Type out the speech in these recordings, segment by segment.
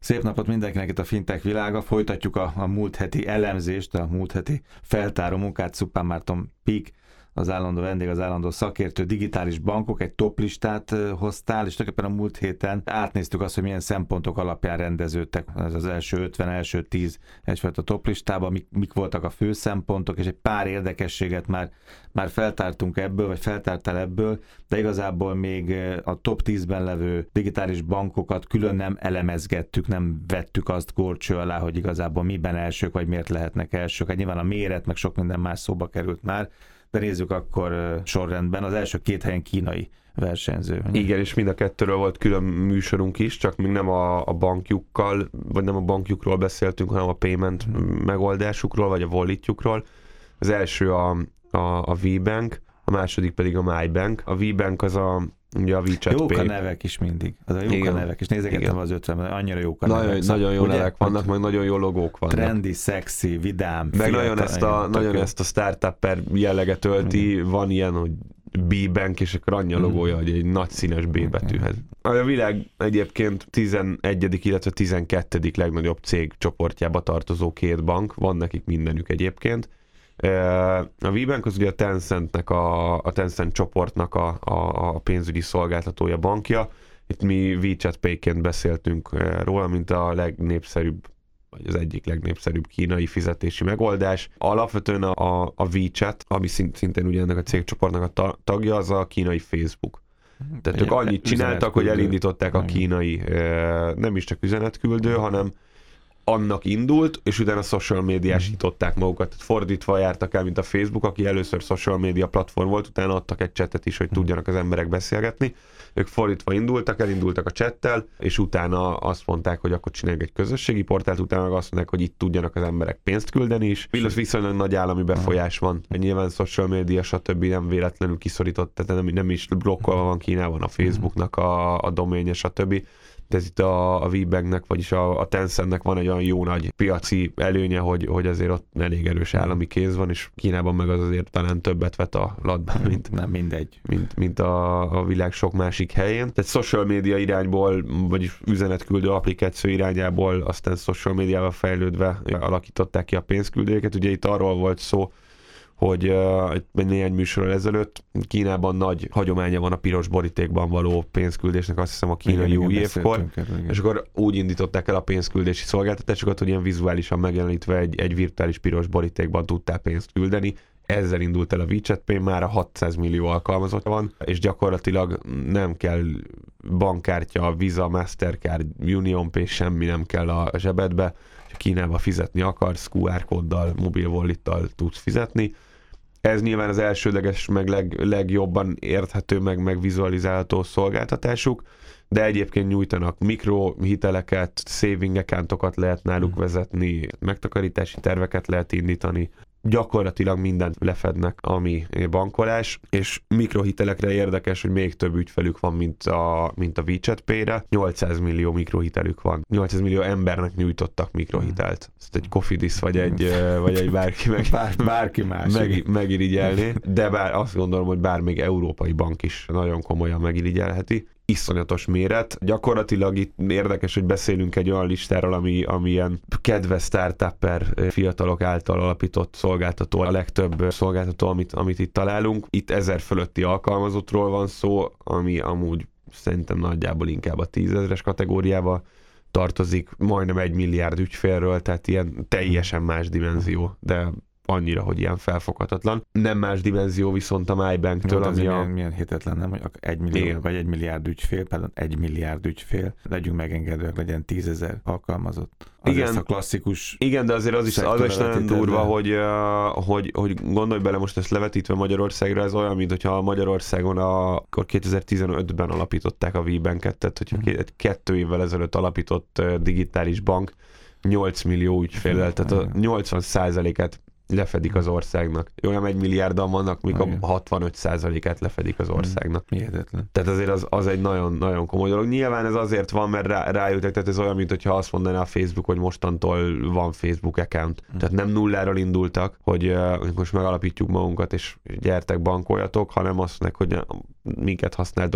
Szép napot mindenkinek itt a Fintech világa. Folytatjuk a múlt heti elemzést, a múlt heti feltáró munkát. Szupán Márton Pik, az állandó vendég, az állandó szakértő, digitális bankok, egy toplistát hoztál, és tulajdonképpen a múlt héten átnéztük azt, hogy milyen szempontok alapján rendeződtek ez az első 50, első 10 egyfajta toplistában, mik voltak a fő szempontok, és egy pár érdekességet már feltártunk ebből, vagy feltártál ebből, de igazából még a top 10-ben levő digitális bankokat külön nem elemezgettük, nem vettük azt górcső alá, hogy igazából miben elsők, vagy miért lehetnek elsők. Hát nyilván a méret, meg sok minden más szóba került már, de nézzük akkor sorrendben. Az első 2 helyen kínai versenyző. Igen, és mind a kettőről volt külön műsorunk is, csak még nem a bankjukkal, vagy nem a bankjukról beszéltünk, hanem a payment megoldásukról, vagy a walletjukról. Az első a WeBank, a második pedig a MyBank. A WeBank az ugye a WeChat jók Pay. a nevek is mindig. Az a jók a nevek is. Nézegettem az 50-ben, annyira jók a nevek. Nagyon jó nevek vannak, meg nagyon jó logók vannak. Trendy, szexi, vidám. Meg nagyon ezt a startupper jelleget ölti. Van ilyen, hogy B-Bank, és akkor annyi a logója, hogy egy nagy színes B betűhez. A világ egyébként 11. illetve 12. legnagyobb cég csoportjába tartozó 2 bank. Van nekik mindenük egyébként. A WeBank az ugye a Tencentnek a Tencent csoportnak a pénzügyi szolgáltatója, bankja. Itt mi WeChat Pay-ként beszéltünk róla, mint a legnépszerűbb, vagy az egyik legnépszerűbb kínai fizetési megoldás. Alapvetően a WeChat, ami szintén ugye ennek a cégcsoportnak a tagja, az a kínai Facebook. Tehát ők annyit csináltak, hogy elindították a kínai, nem is csak üzenetküldő, hanem annak indult, és utána social médiásították magukat. Tehát fordítva jártak el, mint a Facebook, aki először social média platform volt, utána adtak egy chatet is, hogy tudjanak az emberek beszélgetni. Ők fordítva elindultak a chattel, és utána azt mondták, hogy akkor csinálják egy közösségi portált, utána meg azt mondták, hogy itt tudjanak az emberek pénzt küldeni is. Viszonylag nagy állami befolyás van. Nyilván social média, stb. Nem véletlenül kiszorított, tehát nem is blokkolva van Kínában a Facebooknak a doménje, stb. Ez itt a WeBanknek, vagyis a Tencentnek van egy olyan jó nagy piaci előnye, hogy azért ott elég erős állami kéz van, és Kínában meg az azért talán többet vet a latban, mint a világ sok másik helyén. Tehát social média irányból, vagyis üzenetküldő applikáció irányából, aztán social médiával fejlődve alakították ki a pénzküldőket. Ugye itt arról volt szó, hogy néhány műsorral ezelőtt Kínában nagy hagyománya van a piros borítékban való pénzküldésnek, azt hiszem a kínai új évkor, és akkor úgy indították el a pénzküldési szolgáltatásokat, hogy ilyen vizuálisan megjelenítve egy virtuális piros borítékban tudtál pénzt küldeni. Ezzel indult el a WeChat Pay, már a 600 millió alkalmazott van, és gyakorlatilag nem kell bankkártya, Visa, Mastercard, UnionPay, semmi nem kell a zsebedbe. Ha Kínába fizetni akarsz, QR kóddal, mobil wallettal tudsz fizetni. Ez nyilván az elsődleges, meg legjobban érthető, meg vizualizálható szolgáltatásuk, de egyébként nyújtanak mikrohiteleket, saving accountokat lehet náluk vezetni, megtakarítási terveket lehet indítani. Gyakorlatilag mindent lefednek, ami bankolás, és mikrohitelekre érdekes, hogy még több ügyfelük van, mint a WeChat Pay-re. 800 millió mikrohitelük van. 800 millió embernek nyújtottak mikrohitelt. Ezt egy Cofidis vagy egy bárki más megirigyelné, de azt gondolom, hogy bár még európai bank is nagyon komolyan megirigyelheti. Iszonyatos méret. Gyakorlatilag itt érdekes, hogy beszélünk egy olyan listáról, ami ilyen kedves startupper fiatalok által alapított szolgáltató, a legtöbb szolgáltató, amit itt találunk. Itt 1000 fölötti alkalmazottról van szó, ami amúgy szerintem nagyjából inkább a 10 000-es kategóriába tartozik, majdnem 1 milliárd ügyfélről, tehát ilyen teljesen más dimenzió, de annyira, hogy ilyen felfoghatatlan. Nem más dimenzió viszont a MyBank-től, ami milyen hihetetlen, nem, hogy 1 millió, igen, vagy 1 milliárd ügyfél, például 1 milliárd ügyfél, legyünk megengedőek, legyen 10 000 alkalmazott. Az igen, a klasszikus. Igen, de azért az is nagyon durva, hogy gondolj bele most ezt levetítve Magyarországra, ez olyan, mint hogyha Magyarországon akkor 2015-ben alapították a WeBanket, tehát hogyha 2 évvel ezelőtt alapított digitális bank 8 millió ügyféllel, tehát a 80%-át lefedik az országnak. Olyan 1 milliárdan vannak, míg a 65%-át lefedik az országnak. Hihetetlen. Tehát azért az egy nagyon, nagyon komoly dolog. Nyilván ez azért van, mert rájöttek, tehát ez olyan, mint hogyha azt mondaná a Facebook, hogy mostantól van Facebook account. Tehát nem nulláról indultak, hogy most megalapítjuk magunkat, és gyertek, bankoljatok, hanem azt mondják, hogy minket használtok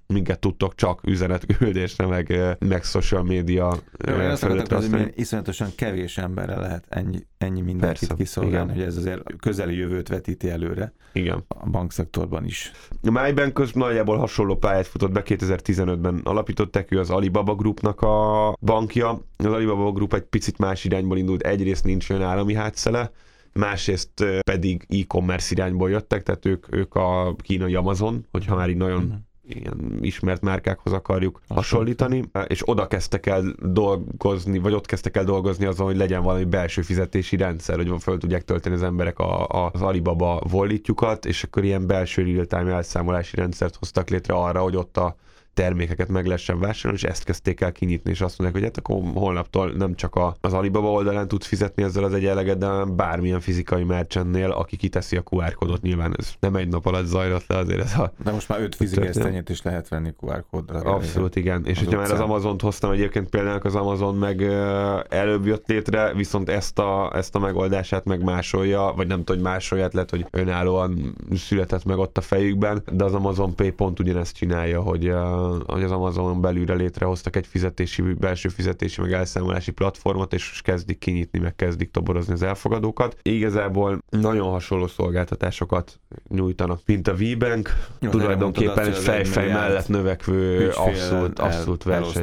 minket tudtok csak üzenetküldésre, meg social media felületre használni. Iszonyatosan kevés emberre lehet ennyi mindenkit kiszolgálni, hogy ez azért közeli jövőt vetíti előre. Igen. A bankszektorban is. A MyBank az nagyjából hasonló pályát futott be, 2015-ben alapították, ő az Alibaba Groupnak a bankja. Az Alibaba Group egy picit más irányból indult, egyrészt nincs olyan állami hátszele, másrészt pedig e-commerce irányból jöttek, tehát ők a kínai Amazon, hogyha már így nagyon ilyen ismert márkákhoz akarjuk hasonlítani, és oda kezdtek el dolgozni, vagy ott kezdtek el dolgozni azon, hogy legyen valami belső fizetési rendszer, hogy föl tudják tölteni az emberek az Alibaba walletjukat, és akkor ilyen belső real-time elszámolási rendszert hoztak létre arra, hogy ott a termékeket meg lehessen vásárolni, és ezt kezdték el kinyitni, és azt mondják, hogy hát akkor holnaptól nem csak az Alibaba oldalán tudsz fizetni ezzel az egyenleget, de bármilyen fizikai merchantnél, aki kiteszi a QR kódot, nyilván ez nem egy nap alatt zajlott le azért ez a... De most már 5 fizikai is lehet venni QR kódra. Abszolút, igen. És hogyha már az Amazont hoztam, egyébként például az Amazon meg előbb jött létre, viszont ezt a megoldását meg másolja, vagy nem tudom, hogy másolját lehet, hogy önállóan született meg ott a fejükben, de az Amazon Pay pont ugyanezt csinálja, hogy az Amazonon belülre létrehoztak egy belső fizetési, meg elszámolási platformot, és kezdik kinyitni, meg kezdik toborozni az elfogadókat. Igazából nagyon hasonló szolgáltatásokat nyújtanak, mint a WeBank, tulajdonképpen egy fejfej mellett növekvő abszolút verseny.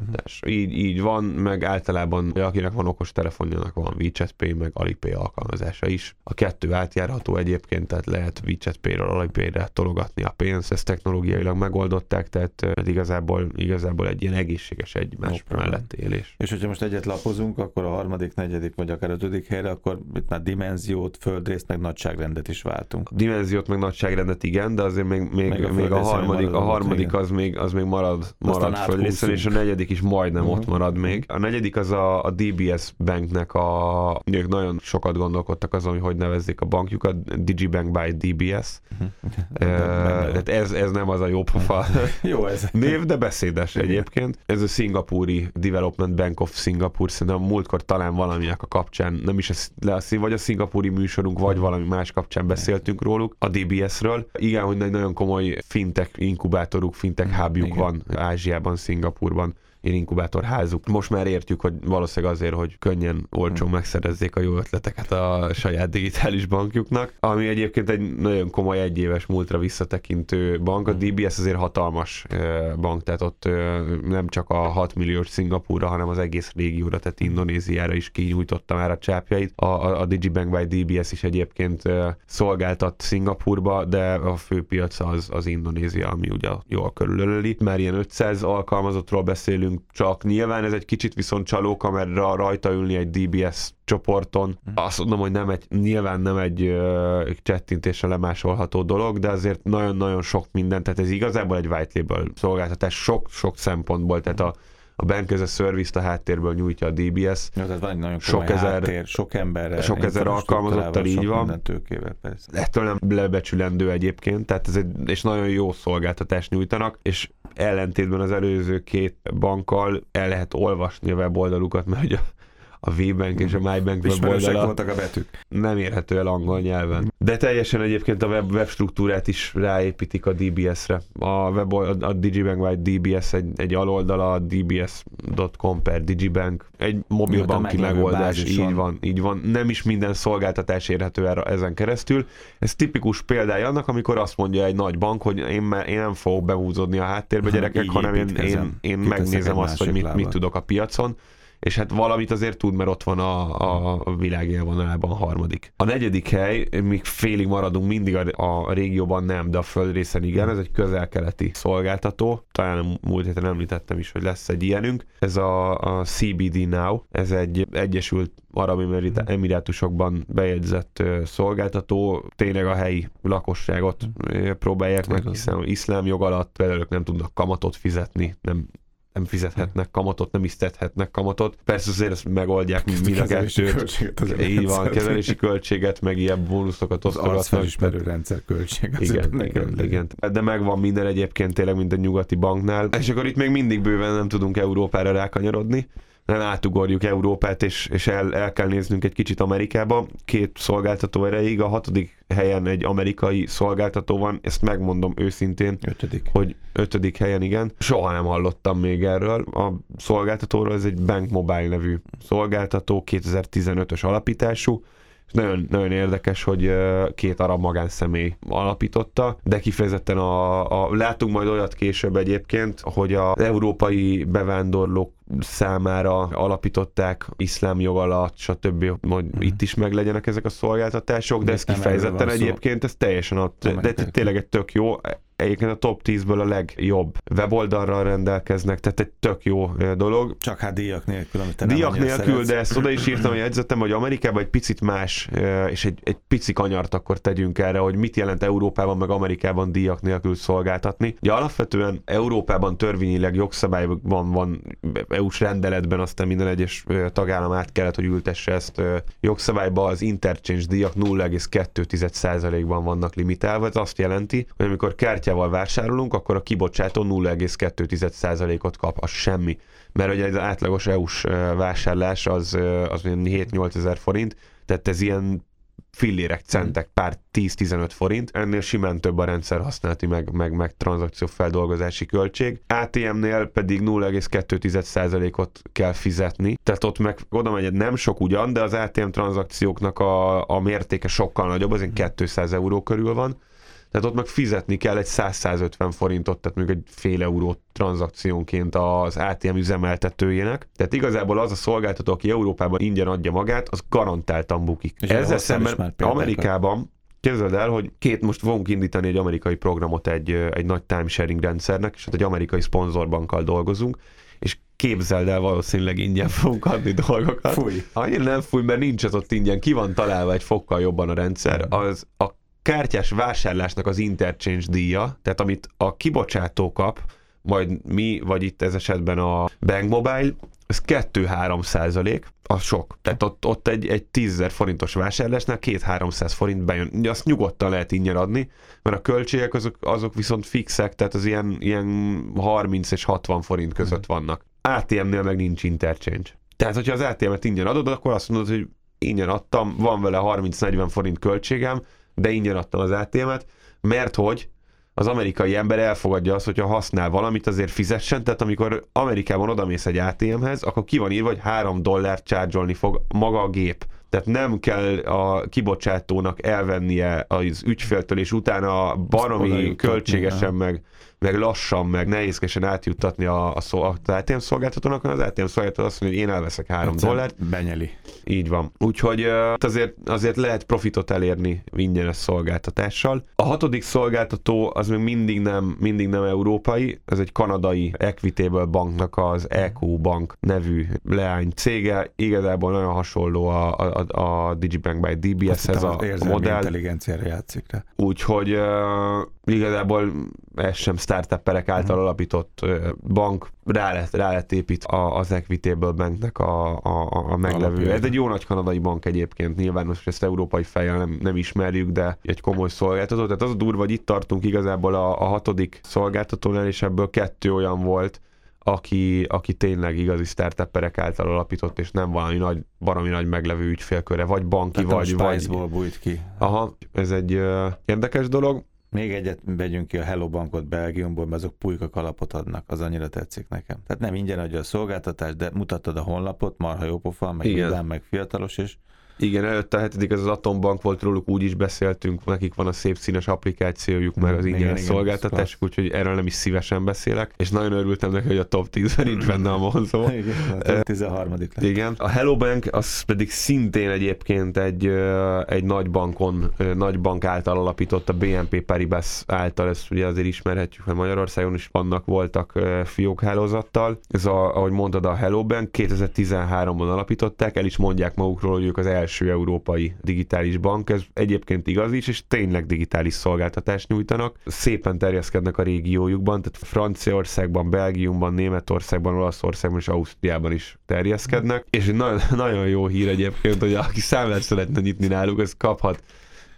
Így van, meg általában akinek van okos telefonjának van WeChat Pay, meg Alipay alkalmazása is. A kettő átjárható egyébként, tehát lehet WeChat Pay-ről Alipay-re tologatni a pénzt, ezt technológiailag megoldották, tehát igazából egy ilyen egészséges egymás mellett élés. És hogyha most egyet lapozunk, akkor a harmadik, negyedik vagy akár ötödik helyre, akkor itt már dimenziót, földrészt, meg nagyságrendet is váltunk. Dimenziót, meg nagyságrendet igen, de azért még a harmadik az még marad földrészen, és a negyedik is majdnem ott marad még. A negyedik az a DBS Banknek ők nagyon sokat gondolkodtak azon, hogy nevezzék a bankjukat, Digibank by DBS. Tehát ez nem az a jó pofa név, de beszédes egyébként. Ez a szingapúri Development Bank of Singapore, szerintem múltkor talán valaminek a kapcsán, nem is vagy a szingapúri műsorunk, vagy valami más kapcsán beszéltünk róluk, a DBS-ről. Igen, hogy egy nagyon komoly fintech inkubátoruk, fintech hubjuk van Ázsiában, Szingapurban, ilyen inkubátorházuk. Most már értjük, hogy valószínűleg azért, hogy könnyen, olcsón megszerezzék a jó ötleteket a saját digitális bankjuknak, ami egyébként egy nagyon komoly egyéves múltra visszatekintő bank. A DBS azért hatalmas bank, tehát ott nem csak a 6 milliós Szingapúrra, hanem az egész régióra, tehát Indonéziára is kinyújtotta már a csápjait. A Digibank by DBS is egyébként szolgáltat Szingapúrba, de a főpiac az Indonézia, ami ugye jól körülöleli. Már ilyen 500 alkalmazottról beszélünk, csak nyilván ez egy kicsit viszont csalóka, mert rajta ülni egy DBS csoporton. Azt mondom, hogy nyilván nem egy csettintésre lemásolható dolog, de azért nagyon-nagyon sok minden, tehát ez igazából egy white label szolgáltatás sok szempontból, tehát a Bank as a Service-t a háttérből nyújtja a DBS. Ja, tehát van egy nagyon komoly háttér, sok emberrel, sok ezer alkalmazottal, így van. Tőkével, persze. Ettől nem lebecsülendő egyébként, tehát és nagyon jó szolgáltatást nyújtanak, és ellentétben az előző két bankkal el lehet olvasni a weboldalukat, mert ugye a WeBank és a MyBank weboldala voltak a betűk. Nem érhető el angol nyelven. De teljesen egyébként a web struktúrát is ráépítik a DBS-re. A Digibank by DBS egy aloldala, dbs.com/digibank, egy mobil banki megoldás, így van. Nem is minden szolgáltatás érhető el ezen keresztül. Ez tipikus példája annak, amikor azt mondja egy nagy bank, hogy én nem fogok behúzódni a háttérbe, gyerekek, hanem én megnézem azt, hogy mit tudok a piacon. És hát valamit azért tud, mert ott van a világ élvonalában a harmadik. A negyedik hely, még félig maradunk mindig a régióban nem, de a földrészen igen, ez egy közel-keleti szolgáltató. Talán múlt héten említettem is, hogy lesz egy ilyenünk. Ez a CBD Now, ez egy Egyesült Arab Emirátusokban bejegyzett szolgáltató. Tényleg a helyi lakosságot próbálják meg, hiszen iszlám jog alatt például nem tudnak kamatot fizetni, nem fizethetnek kamatot, nem isztethetnek kamatot. Persze azért ezt megoldják mind a kettőt. Így van, kezelési költséget, meg ilyen bónuszokat osztogatnak. Az arcfelismerő rendszer költség. Igen. De megvan minden egyébként tényleg, mint a nyugati banknál. És akkor itt még mindig bőven nem tudunk Európára rákanyarodni, nem átugorjuk Európát, és el kell néznünk egy kicsit Amerikába. 2 szolgáltató erejéig, a 6. helyen egy amerikai szolgáltató van, ezt megmondom őszintén, 5. hogy 5. helyen, igen. Soha nem hallottam még erről a szolgáltatóról, ez egy Bank Mobile nevű szolgáltató, 2015-ös alapítású. Nagyon, nagyon érdekes, hogy 2 arab magánszemély alapította, de kifejezetten látunk majd olyat később egyébként, hogy az európai bevándorlók számára alapították iszlám jog alatt, stb. Hogy itt is meglegyenek ezek a szolgáltatások, de ez kifejezetten egyébként, ez teljesen de tényleg egy tök jó. Egyébként a top 10-ből a legjobb weboldalral rendelkeznek, tehát egy tök jó dolog. Csak hát díjak nélkül, amit te díjak nélkül, de ezt oda is írtam, hogy jegyzetem, hogy Amerikában egy picit más, és egy pici kanyart akkor tegyünk erre, hogy mit jelent Európában meg Amerikában díjak nélkül szolgáltatni. Ugye alapvetően Európában törvényileg jogszabályban van, EU-s rendeletben, aztán minden egyes tagállam át kellett, hogy ültesse ezt jogszabályba, az interchange díjak 0,2%-ban vannak limitálva. Ez azt jelenti, hogy amikor kártyával vásárolunk, akkor a kibocsátó 0,2%-ot kap, az semmi. Mert ugye az átlagos EU-s vásárlás az 7-8 ezer forint, tehát ez ilyen fillérek, centek, pár 10-15 forint, ennél simán több a rendszer használati meg tranzakció feldolgozási költség. ATM-nél pedig 0,2%-ot kell fizetni, tehát ott meg oda megy, nem sok ugyan, de az ATM tranzakcióknak a mértéke sokkal nagyobb, az 200 euró körül van, tehát ott meg fizetni kell egy 100-150 forintot, tehát még egy fél euró tranzakciónként az ATM üzemeltetőjének. Tehát igazából az a szolgáltató, aki Európában ingyen adja magát, az garantáltan bukik. Ezzel szemben Amerikában képzeld el, hogy most fogunk indítani egy amerikai programot egy nagy timesharing rendszernek, és ott egy amerikai szponzorbankkal dolgozunk, és képzeld el, valószínűleg ingyen fogunk adni dolgokat. Fúj. Annyira nem fúj, mert nincs az ott ingyen, ki van találva egy fokkal jobban a rendszer. Az a kártyás vásárlásnak az interchange díja, tehát amit a kibocsátó kap, majd mi, vagy itt ez esetben a Bank Mobile, ez 2-3%, az sok. Tehát ott egy 10 000 forintos vásárlásnál 200-300 forint bejön. Azt nyugodtan lehet ingyen adni, mert a költségek azok viszont fixek, tehát az ilyen 30 és 60 forint között vannak. ATM-nél meg nincs interchange. Tehát, hogyha az ATM-et ingyen adod, akkor azt mondod, hogy ingyen adtam, van vele 30-40 forint költségem, de ingyen adtam az ATM-et, mert hogy az amerikai ember elfogadja azt, hogyha használ valamit, azért fizessen, tehát amikor Amerikában odamész egy ATM-hez, akkor ki van írva, hogy $3 charge-olni fog maga a gép. Tehát nem kell a kibocsátónak elvennie az ügyféltől, és utána baromi költségesen, meg lassan, meg nehézkesen átjuttatni az ATM szolgáltatónak, az ATM szolgáltató azt mondja, hogy én elveszek $3. Benyeli. Így van. Úgyhogy azért lehet profitot elérni ingyenes szolgáltatással. A 6. szolgáltató az még mindig nem európai, ez egy kanadai Equitable banknak az EQ Bank nevű leány cége. Igazából nagyon hasonló a Digibank by DBS-hez a modell. Intelligenciára játszik rá. Úgyhogy igazából ez sem startupperek által alapított bank, rá lett épít az Equitable Banknek a meglevő. Ez egy jó nagy kanadai bank egyébként, nyilván most ezt európai fejjel nem ismerjük, de egy komoly szolgáltató. Tehát az a durva, hogy itt tartunk igazából a 6. szolgáltatónál, és ebből 2 olyan volt, aki tényleg igazi startupperek által alapított, és nem valami baromi nagy meglevő ügyfélköre, vagy banki, vagy... Spice-ból bújt ki. Aha, ez egy érdekes dolog. Még egyet vegyünk ki, a Hello Bankot Belgiumból, mert azok pulyka kalapot adnak, az annyira tetszik nekem. Tehát nem ingyen adja a szolgáltatást, de mutattad a honlapot, marha jópofa, meg vidám, meg fiatalos is. Igen, előtte a 7. az Atombank volt, róluk úgy is beszéltünk, nekik van a szép színes applikációjuk, meg az ingyenes szolgáltatásuk, úgyhogy erről nem is szívesen beszélek, és nagyon örültem neki, hogy a top 10-ben nincs benne a Monzo. Igen, a 13. lett. Igen. A Hello Bank az pedig szintén egyébként egy nagy bank által alapított, a BNP Paribas által, ezt ugye azért ismerhetjük, hogy Magyarországon is voltak fiókhálózattal. Ez ahogy mondtad, a Hello Bank 2013-ban alapították, el is mondják magukról, hogy ők az első európai digitális bank, ez egyébként igaz is, és tényleg digitális szolgáltatást nyújtanak. Szépen terjeszkednek a régiójukban, tehát Franciaországban, Belgiumban, Németországban, Olaszországban és Ausztriában is terjeszkednek, és egy nagyon, nagyon jó hír egyébként, hogy aki számlát szeretne nyitni náluk, az kaphat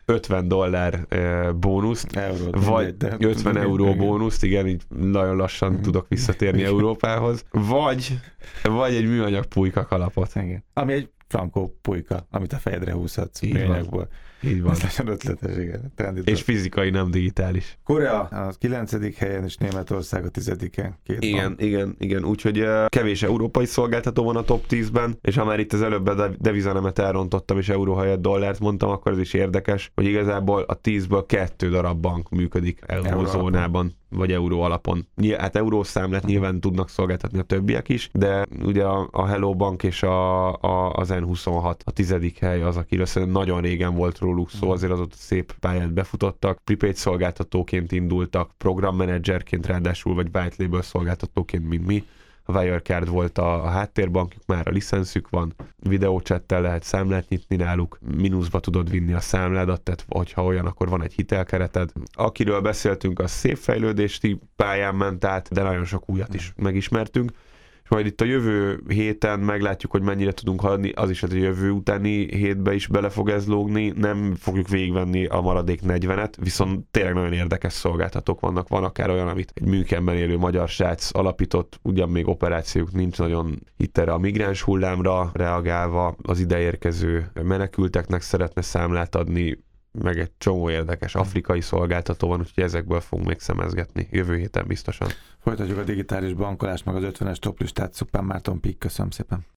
$50 bónuszt, vagy 50 euró bónuszt, igen, így nagyon lassan tudok visszatérni Európához, vagy egy műanyag pulyka kalapot. Igen. Ami egy frankó pulyka, amit a fejedre húzhatsz műanyagból. Így van. Ez nagyon ötletes, igen. És fizikai, nem digitális. Korea a 9. helyen, és Németország a 10-en. Igen. Úgyhogy kevés európai szolgáltató van a top 10-ben, és ha már itt az előbb a devizanemet elrontottam, és euró helyett dollárt mondtam, akkor ez is érdekes, hogy igazából a 10-ből 2 darab bank működik eurózónában, vagy euró alapon. Hát eurószámlát nyilván tudnak szolgáltatni a többiek is, de ugye a Hello Bank és az N26 a 10. hely az, akiről szerintem nagyon régen volt róluk szó, azért az ott szép pályát befutottak, prepaid szolgáltatóként indultak, programmenedzserként ráadásul, vagy white label szolgáltatóként, mint mi. A Wirecard volt a háttérbankjuk, már a licenszük van, videócsettel lehet számlát nyitni náluk, mínuszba tudod vinni a számládat, tehát hogyha olyan, akkor van egy hitelkereted. Akiről beszéltünk, az szép fejlődési pályán ment át, de nagyon sok újat is megismertünk. Majd itt a jövő héten meglátjuk, hogy mennyire tudunk haladni, az is, hogy a jövő utáni hétbe is bele fog ez lógni, nem fogjuk végigvenni a maradék 40-et, viszont tényleg nagyon érdekes szolgáltatók vannak, van akár olyan, amit egy Münchenben élő magyar srác alapított, ugyan még operációk nincs, nagyon itt erre a migráns hullámra reagálva, az ideérkező menekülteknek szeretne számlát adni, meg egy csomó érdekes afrikai szolgáltató van, úgyhogy ezekből fogunk még szemezgetni jövő héten biztosan. Folytatjuk a digitális bankolást, meg az 50-es toplistát. Szupán Márton Pík, köszönöm szépen.